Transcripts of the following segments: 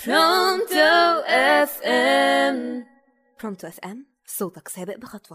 برونتو اف ام. برونتو اف ام، صوتك سابق بخطوة.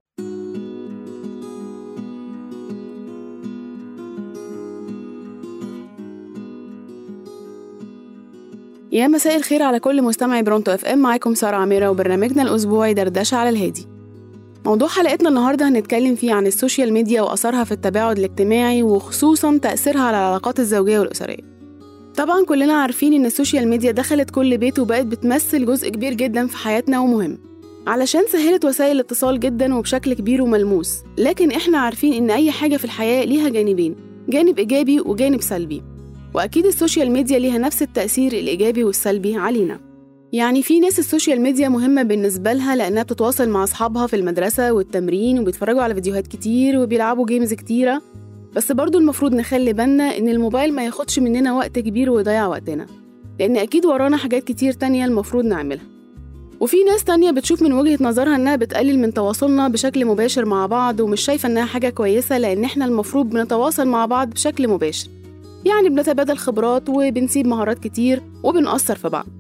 يا مساء الخير على كل مستمعي برونتو اف ام. معاكم سارة عميرة وبرنامجنا الأسبوعي دردشة على الهادي. موضوع حلقتنا النهاردة هنتكلم فيه عن السوشيال ميديا وأثرها في التباعد الاجتماعي، وخصوصا تأثيرها على العلاقات الزوجية والأسرية. طبعا كلنا عارفين إن السوشيال ميديا دخلت كل بيت وبقت بتمثل جزء كبير جدا في حياتنا ومهم، علشان سهلت وسائل الاتصال جدا وبشكل كبير وملموس. لكن احنا عارفين إن أي حاجة في الحياة ليها جانبين، جانب إيجابي وجانب سلبي، وأكيد السوشيال ميديا ليها نفس التأثير الإيجابي والسلبي علينا. يعني في ناس السوشيال ميديا مهمة بالنسبة لها لأنها بتتواصل مع أصحابها في المدرسة والتمرين، وبيتفرجوا على فيديوهات كتير وبيلعبوا جيمز كتيرة. بس برضو المفروض نخلي بالنا إن الموبايل ما ياخدش مننا وقت كبير ويضيع وقتنا، لأن أكيد ورانا حاجات كتير تانية المفروض نعملها. وفي ناس تانية بتشوف من وجهة نظرها إنها بتقلل من تواصلنا بشكل مباشر مع بعض، ومش شايفة إنها حاجة كويسة، لأن إحنا المفروض بنتواصل مع بعض بشكل مباشر، يعني بنتبادل خبرات وبنسيب مهارات كتير وبنأثر في بعض.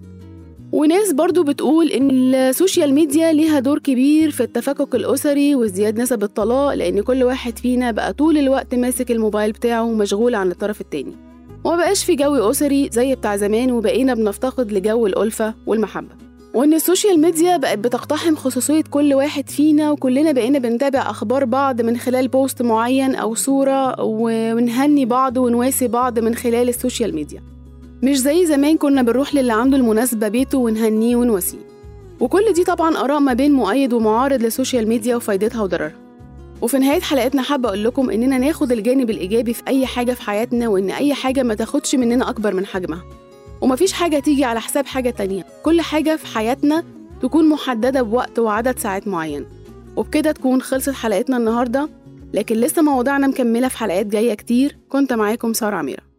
وناس برضو بتقول إن السوشيال ميديا ليها دور كبير في التفكك الأسري وازدياد نسب الطلاق، لأن كل واحد فينا بقى طول الوقت ماسك الموبايل بتاعه ومشغول عن الطرف التاني، ومبقاش في جو أسري زي بتاع زمان، وبقينا بنفتقد لجو الألفة والمحبة. وإن السوشيال ميديا بقت بتقتحم خصوصية كل واحد فينا، وكلنا بقينا بنتابع أخبار بعض من خلال بوست معين أو صورة، ونهني بعض ونواسي بعض من خلال السوشيال ميديا، مش زي زمان كنا بنروح للي عنده المناسبة بيته ونهنيه ونواسيه. وكل دي طبعا آراء ما بين مؤيد ومعارض للسوشيال ميديا وفايدتها وضررها. وفي نهاية حلقتنا حابة أقول لكم إننا ناخد الجانب الإيجابي في أي حاجة في حياتنا، وإن أي حاجة ما تاخدش مننا أكبر من حجمها، ومفيش حاجة تيجي على حساب حاجة تانية. كل حاجة في حياتنا تكون محددة بوقت وعدد ساعات معين. وبكده تكون خلصت حلقتنا النهاردة، لكن لسه مواضيعنا مكملة في حلقات جاية كتير. كنت معاكم سارة عميرة.